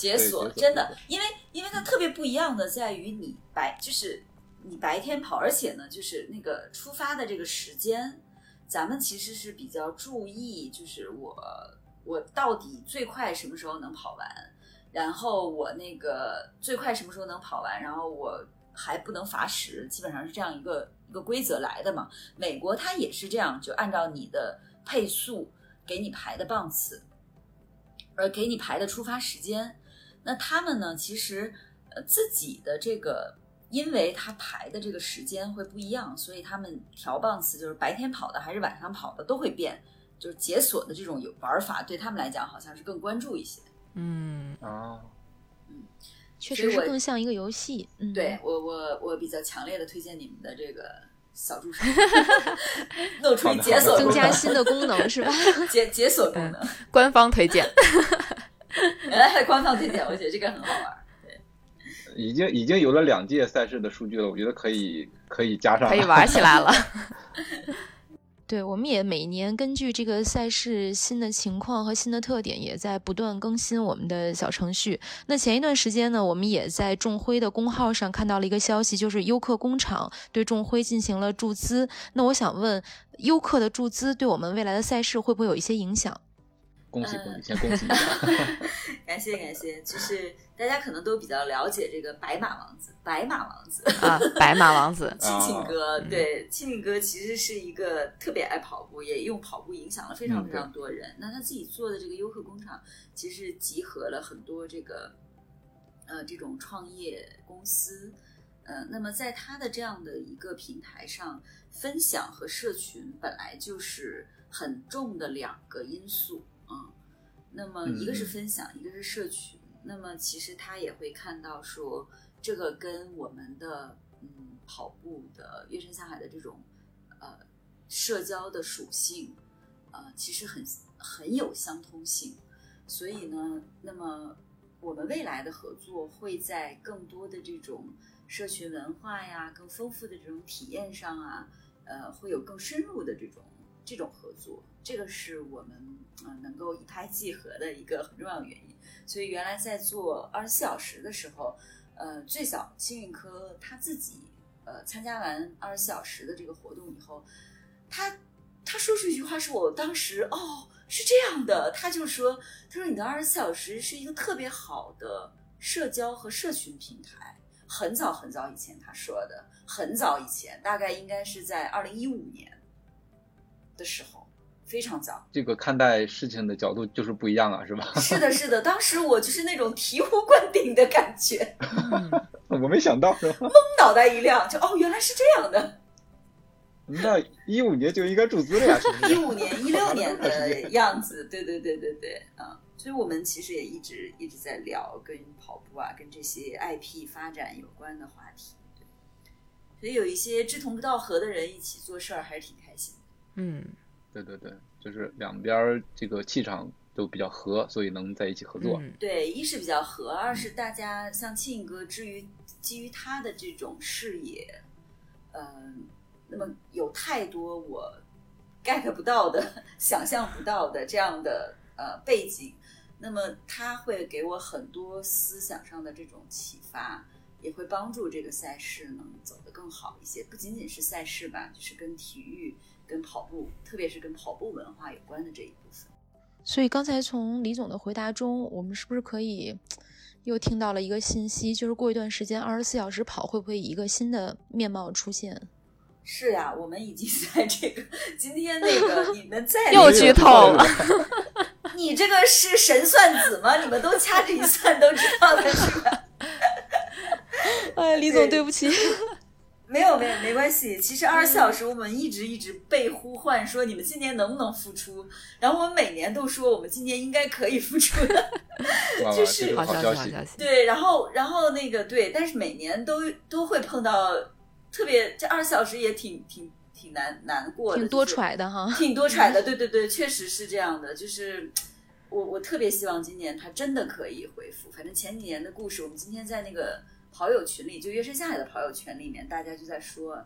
解锁真的，因为因为它特别不一样的在于你白就是你白天跑，而且呢就是那个出发的这个时间，咱们其实是比较注意，就是我我到底最快什么时候能跑完，然后我那个最快什么时候能跑完，然后我还不能罚时，基本上是这样一个一个规则来的嘛。美国它也是这样，就按照你的配速给你排的棒次，而给你排的出发时间。那他们呢，其实呃自己的这个，因为他排的这个时间会不一样，所以他们调棒次就是白天跑的还是晚上跑的都会变，就是解锁的这种有玩法对他们来讲好像是更关注一些。 嗯啊， 嗯， 确实是更像一个游戏。嗯， 对我我我比较强烈的推荐你们的这个小助手，露出解锁功能， 增加新的功能是吧？ 解解锁功能、 嗯，官方推荐。 原来还官方推荐，我觉得这个很好玩。对， 已经已经有了两届赛事的数据了，我觉得可以可以加上， 可以玩起来了。 对，我们也每年根据这个赛事新的情况和新的特点，也在不断更新我们的小程序。那前一段时间呢，我们也在众辉的公号上看到了一个消息，就是优客工厂对众辉进行了注资。那我想问，优客的注资对我们未来的赛事会不会有一些影响？ 恭喜恭喜，先恭喜一下！ 感谢感谢，就是大家可能都比较了解这个白马王子，白马王子啊，白马王子， 庆庆哥，对，庆庆哥其实是一个特别爱跑步，也用跑步影响了非常非常多人。嗯、那他自己做的这个优客工厂，其实集合了很多这个呃这种创业公司，呃，那么在他的这样的一个平台上，分享和社群本来就是很重的两个因素。嗯，那么一个是分享、嗯、一个是社群，那么其实他也会看到说这个跟我们的嗯跑步的月升下海的这种呃社交的属性呃其实很很有相通性，所以呢那么我们未来的合作会在更多的这种社群文化呀，更丰富的这种体验上啊，呃会有更深入的这种这种合作，这个是我们呃能够一拍即合的一个很重要的原因。所以原来在做二十四小时的时候，呃，最早青运科他自己呃参加完二十四小时的这个活动以后，他他说出一句话是我当时哦是这样的，他就说他说你的二十四小时是一个特别好的社交和社群平台。很早很早以前他说的，很早以前，大概应该是在二零一五年的时候，非常早。这个看待事情的角度就是不一样啊，是吧？ 是的，是的，当时我就是那种醍醐灌顶的感觉， 我没想到，是吧？ 懵脑袋一亮，就哦，原来是这样的。 那一五年就应该注资了呀， 一五年、一六年的样子，对对对对对，啊、嗯，所以我们其实也一直一直在聊跟跑步啊、跟这些 I P 发展有关的话题，对，所以有一些志同道合的人一起做事儿，还是挺开心的。 嗯， 对对对，就是两边这个气场都比较合，所以能在一起合作。 嗯、 对，一是比较合，二是大家像庆哥，至于基于他的这种视野，嗯、呃。那么有太多我 get 不到的、想象不到的这样的呃背景，那么它会给我很多思想上的这种启发，也会帮助这个赛事能走得更好一些。不仅仅是赛事吧，就是跟体育、跟跑步，特别是跟跑步文化有关的这一部分。 所以刚才从李总的回答中，我们是不是可以又听到了一个信息，就是过一段时间二十四小时跑会不会以一个新的面貌出现？ 是呀、啊，我们已经在这个今天那个你们在又剧透了。 你这个是神算子吗？你们都掐指一算都知道的是吧？ 哎，李总，对不起。 没有没有没关系。其实二十四小时我们一直一直被呼唤说你们今年能不能复出，然后我们每年都说我们今年应该可以复出的，就是好消息好消息。 对，然后然后那个对，但是每年都都会碰到。特别这二十四小时也挺挺挺难难过的， 挺多舛的哈， 就是、挺多舛的，对对对，确实是这样的。就是我我特别希望今年他真的可以恢复。反正前几年的故事，我们今天在那个跑友群里，就月升下海的跑友群里面，大家就在说，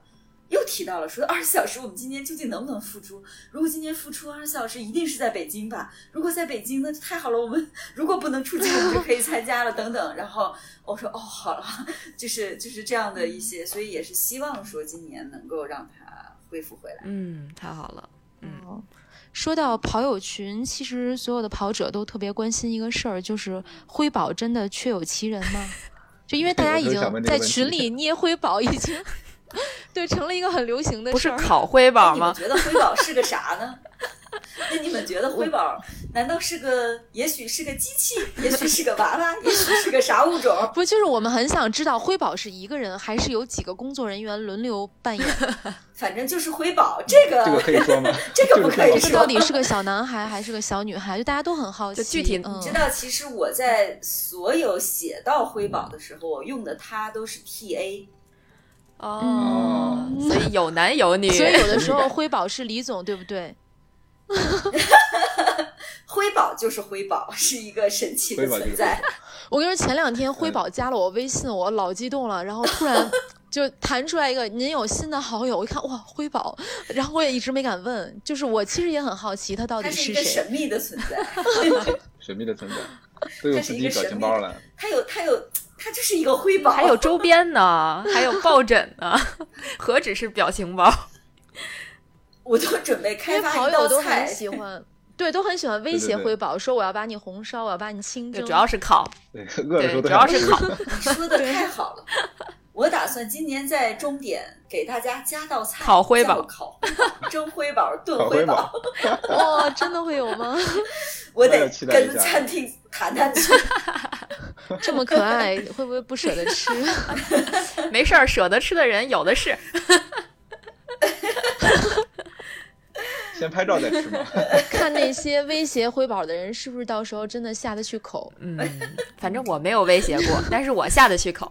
又提到了说二十四小时我们今年究竟能不能复出，如果今年复出二十四小时一定是在北京吧，如果在北京那就太好了，我们如果不能出境我们就可以参加了等等。然后我说哦好了，就是就是这样的一些，所以也是希望说今年能够让它恢复回来。 嗯，太好了。嗯， 说到跑友群，其实所有的跑者都特别关心一个事儿，就是辉宝真的确有其人吗？就因为大家已经在群里捏辉宝已经对成了一个很流行的事儿。 不是烤辉宝吗？ 你们觉得辉宝是个啥呢？那你们觉得辉宝难道是个，也许是个机器，也许是个娃娃，也许是个啥物种？ 不，就是我们很想知道辉宝是一个人还是有几个工作人员轮流扮演。 反正就是辉宝，这个这个可以说吗？ 这个不可以说。 这到底是个小男孩还是个小女孩？就大家都很好奇。 具体、 嗯、 你知道，其实我在所有写到辉宝的时候，我用的它都是 T A。 哦、嗯，所以有男有女。 所以有的时候辉宝是李总，对不对？ 辉宝就是辉宝，是一个神奇的存在。 我跟你说，前两天辉宝加了我微信，我老激动了，然后突然就弹出来一个您有新的好友，我一看哇辉宝，然后我也一直没敢问，就是我其实也很好奇他到底是谁。 他是一个神秘的存在。 神秘的存在，都有自己表情包了。 他有他有他就是一个辉宝， 还有周边呢，还有抱枕呢，何止是表情包。 我都准备开发跑一道菜， 友都很喜欢，对，都很喜欢威胁辉宝，对对对，说我要把你红烧，我要把你清蒸， 主要是烤， 对，饿的时候主要是烤。 你说的太好了，我打算今年在终点给大家加道菜， 烤辉宝， 烤辉宝，蒸辉宝，炖辉宝。 哇，真的会有吗？ 我得跟餐厅谈谈去。 这么可爱，会不会不舍得吃？ 没事儿，舍得吃的人有的是。 先拍照再吃嘛。 看那些威胁辉宝的人是不是到时候真的下得去口。 嗯，反正我没有威胁过，但是我下得去口。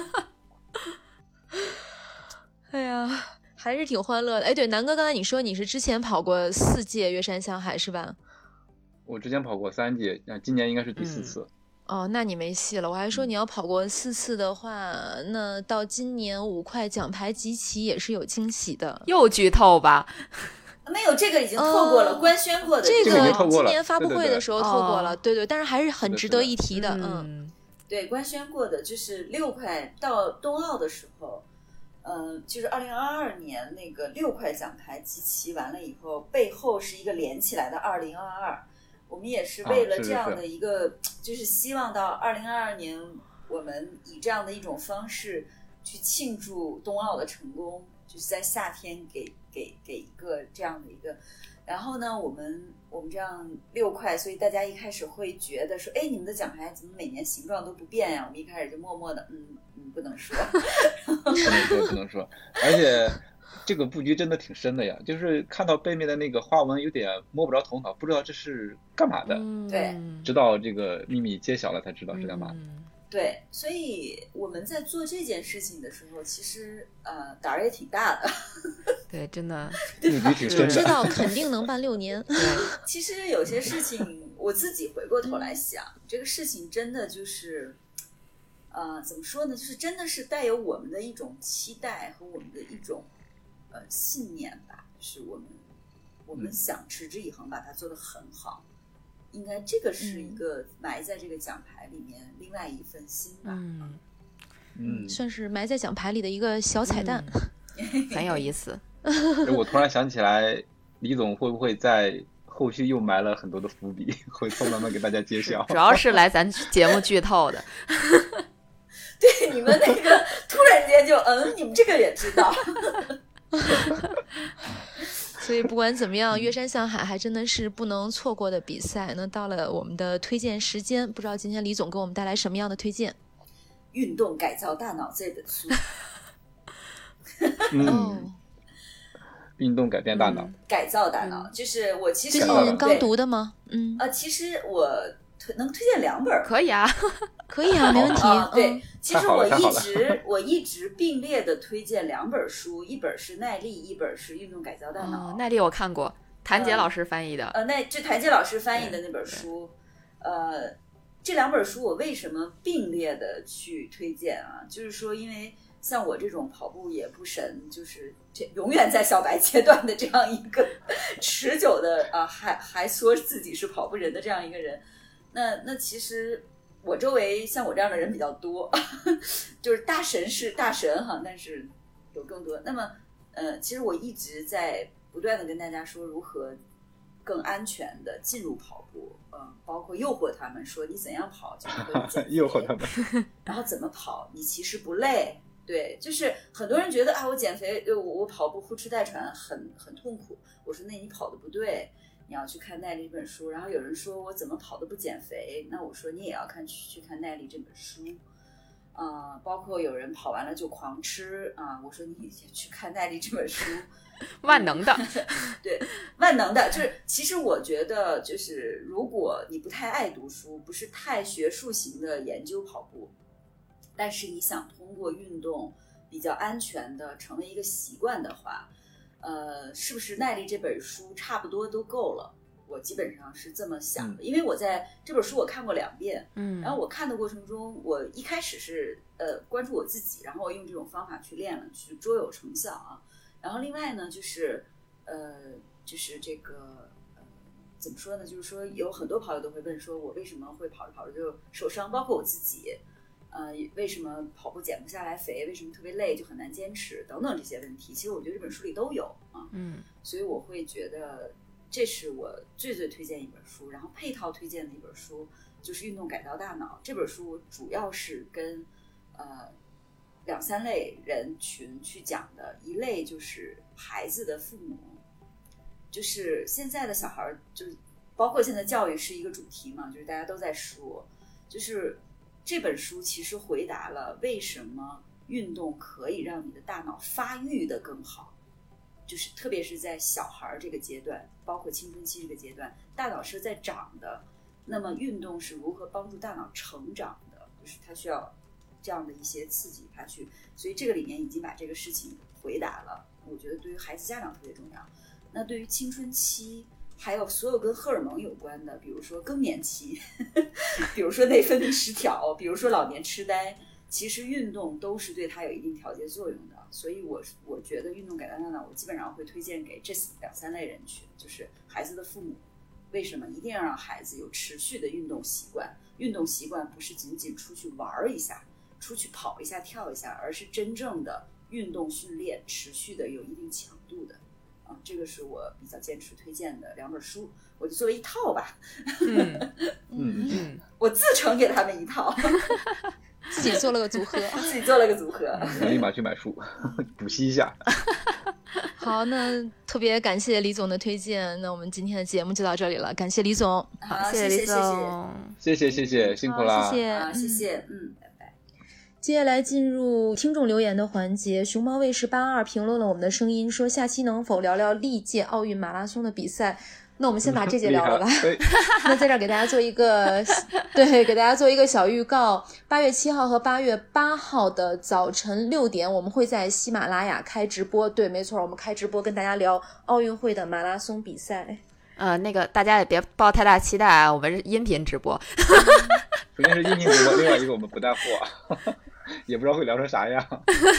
哎呀，还是挺欢乐的。哎，对，南哥，刚才你说你是之前跑过四届岳山向海是吧？ 我之前跑过三届，今年应该是第四次。 嗯、哦，那你没戏了。我还说你要跑过四次的话，那到今年五块奖牌集齐也是有惊喜的。 又剧透吧？ 没有，这个已经透过了，呃、官宣过的。 这个今年发布会的时候透过了， 对对 对, 对, 对, 对，但是还是很值得一提的。 嗯， 嗯对，官宣过的就是六块到冬奥的时候，嗯、呃，就是二零二二年那个六块奖牌集齐完了以后，背后是一个连起来的二零二二。我们也是为了这样的一个，啊、是是是就是希望到二零二二年，我们以这样的一种方式去庆祝冬奥的成功，就是在夏天给给给一个这样的一个。然后呢，我们我们这样六块，所以大家一开始会觉得说，哎，你们的奖牌怎么每年形状都不变呀？我们一开始就默默的，嗯嗯，不能说， 不能说，不能说，而且。这个布局真的挺深的呀，就是看到背面的那个花纹有点摸不着头脑，不知道这是干嘛的。 对， 直到这个秘密揭晓了才知道是干嘛的。 嗯、 对，所以我们在做这件事情的时候，其实呃胆儿也挺大的。 对，真的， 布局挺深的。 知道肯定能办六年。 对， 其实有些事情我自己回过头来想，嗯、这个事情真的就是，呃，怎么说呢？就是真的是带有我们的一种期待和我们的一种。呃，信念吧，就是我们我们想持之以恒把它做得很好，应该这个是一个埋在这个奖牌里面另外一份心吧。 嗯嗯，算是埋在奖牌里的一个小彩蛋， 嗯、很有意思。 我突然想起来，李总会不会在后续又埋了很多的伏笔，回头慢慢给大家揭晓？ 主要是来咱节目剧透的。 对，你们那个突然间就嗯，你们这个也知道。 所以不管怎么样，岳山向海还真的是不能错过的比赛。那到了我们的推荐时间，不知道今天李总给我们带来什么样的推荐？ 运动改造大脑这本书。 嗯，运动改变大脑， 嗯、改造大脑、嗯、就是我其实最近刚读的吗？嗯， 呃，其实我推能推荐两本， 可以啊。 可以啊，没问题。 啊、对、 嗯， 其实我一直我一直并列的推荐两本书，一本是耐力，一本是运动改造大脑。 哦、耐力我看过，谭杰老师翻译的。 呃，那这谭杰老师翻译的那本书，呃，这两本书我为什么并列的去推荐啊？就是说，因为像我这种跑步也不神，就是这永远在小白阶段的这样一个持久的啊，还还说自己是跑步人的这样一个人，那那其实我周围像我这样的人比较多，就是大神是大神哈，但是有更多。那么呃，其实我一直在不断的跟大家说如何更安全的进入跑步，嗯，包括诱惑他们说你怎样跑就会减肥， 诱惑他们， 然后怎么跑你其实不累。对，就是很多人觉得啊，我减肥，我我跑步呼哧带喘很很痛苦。我说那你跑的不对，你要去看耐力这本书。然后有人说我怎么跑的不减肥，那我说你也要看去看耐力这本书。啊、呃，包括有人跑完了就狂吃啊、呃，我说你也去看耐力这本书。 万能的， 对，万能的，就是其实我觉得就是如果你不太爱读书，不是太学术型的研究跑步。但是你想通过运动比较安全的成为一个习惯的话，呃，是不是耐力这本书差不多都够了？我基本上是这么想的，因为我在这本书我看过两遍，嗯，然后我看的过程中，我一开始是呃关注我自己，然后我用这种方法去练了，去卓有成效啊。然后另外呢，就是呃，就是这个呃，怎么说呢？就是说有很多跑友都会问说，我为什么会跑着跑着就受伤？包括我自己。呃，为什么跑步减不下来肥？为什么特别累就很难坚持？等等这些问题，其实我觉得这本书里都有啊。嗯，所以我会觉得这是我最最推荐一本书，然后配套推荐的一本书就是《运动改造大脑》这本书，主要是跟呃两三类人群去讲的，一类就是孩子的父母，就是现在的小孩，就是包括现在教育是一个主题嘛，就是大家都在说，就是。这本书其实回答了为什么运动可以让你的大脑发育的更好，就是特别是在小孩这个阶段，包括青春期这个阶段，大脑是在长的，那么运动是如何帮助大脑成长的，就是它需要这样的一些刺激它去，所以这个里面已经把这个事情回答了，我觉得对于孩子家长特别重要。那对于青春期还有所有跟荷尔蒙有关的，比如说更年期比如说内分泌失调，比如说老年痴呆，其实运动都是对它有一定调节作用的。所以我我觉得运动改造大脑，我基本上会推荐给这两三类人群，就是孩子的父母，为什么一定要让孩子有持续的运动习惯？运动习惯不是仅仅出去玩一下，出去跑一下跳一下，而是真正的运动训练，持续的有一定强度的。啊，这个是我比较坚持推荐的两本书，我就作为一套吧。 嗯嗯嗯， 我自成给他们一套， 自己做了个组合， 自己做了个组合。 我立马去买书补习一下。 好，那特别感谢李总的推荐，那我们今天的节目就到这里了，感谢李总。 好， 谢谢李总， 谢谢谢谢，辛苦啦， 谢谢， 啊，谢谢，嗯。 接下来进入听众留言的环节，熊猫卫视八二评论了我们的声音，说下期能否聊聊历届奥运马拉松的比赛？那我们先把这届聊了吧。那在这儿给大家做一个，对，给大家做一个小预告。八月七号和八月八号的早晨六点，我们会在喜马拉雅开直播。对，没错，我们开直播跟大家聊奥运会的马拉松比赛。 呃，那个大家也别抱太大期待啊，我们是音频直播。 首先是音频直播，另外一个我们不带货。也不知道会聊成啥样。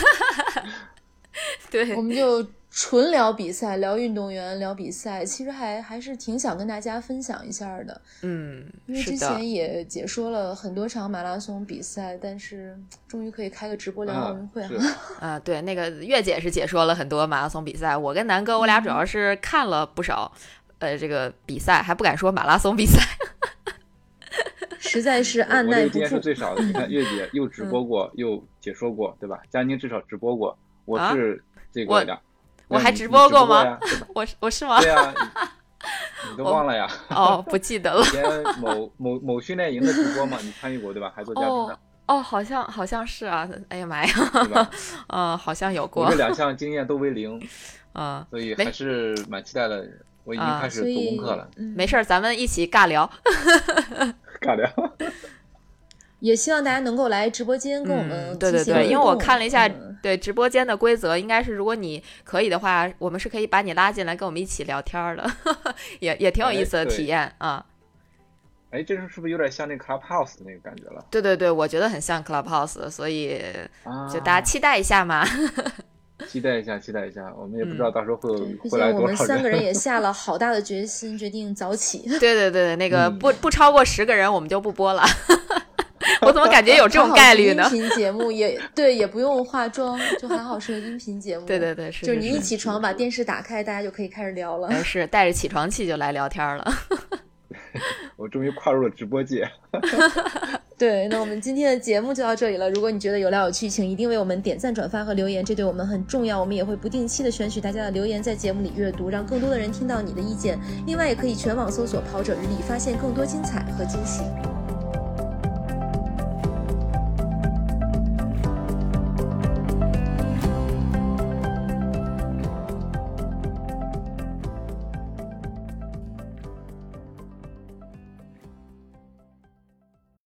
对， 我们就纯聊比赛，聊运动员，聊比赛，其实还还是挺想跟大家分享一下的。 嗯， 因为之前也解说了很多场马拉松比赛，但是终于可以开个直播聊奥运会啊。啊，对，那个月姐是解说了很多马拉松比赛，我跟南哥我俩主要是看了不少，嗯、呃，这个比赛还不敢说马拉松比赛。 实在是按耐不住。我这个经验是最少的，你看月姐又直播过、嗯、又解说过，对吧？佳宁至少直播过，我是这个的、啊、 我, 我还直播过吗？ 我我是吗？ 对呀、啊，你都忘了呀？ 哦，不记得了。 以前某某某训练营的直播嘛，你参与过对吧？还做嘉宾的。 哦, 哦，好像好像是啊，哎呀妈呀， 对吧？ 嗯，好像有过。 我这两项经验都为零， 嗯， 所以还是蛮期待的。我已经开始做功课了。 嗯、没事儿，咱们一起尬聊。 尬聊。 也希望大家能够来直播间跟我们、 嗯、对对对，因为我看了一下、 嗯、 对直播间的规则，应该是如果你可以的话，我们是可以把你拉进来跟我们一起聊天的，也也挺有意思的体验啊。 哎，这是不是有点像那个 Clubhouse 那个感觉了？ 对对对，我觉得很像 Clubhouse， 所以就大家期待一下嘛。啊期待一下，期待一下，我们也不知道到时候会有、 嗯、 会来多少人。 我们三个人也下了好大的决心，决定早起。 对对对，那个不、嗯、不超过十个人，我们就不播了。我怎么感觉有这种概率呢？ 音频节目也对，也不用化妆，就还好是个音频节目。 对对对，是就是你一起床把电视打开，大家就可以开始聊了。 是带着起床气就来聊天了。 我终于跨入了直播界。 对，那我们今天的节目就到这里了。如果你觉得有料有趣，请一定为我们点赞、转发和留言，这对我们很重要。我们也会不定期的选取大家的留言，在节目里阅读，让更多的人听到你的意见。另外，也可以全网搜索“跑者日历”，发现更多精彩和惊喜。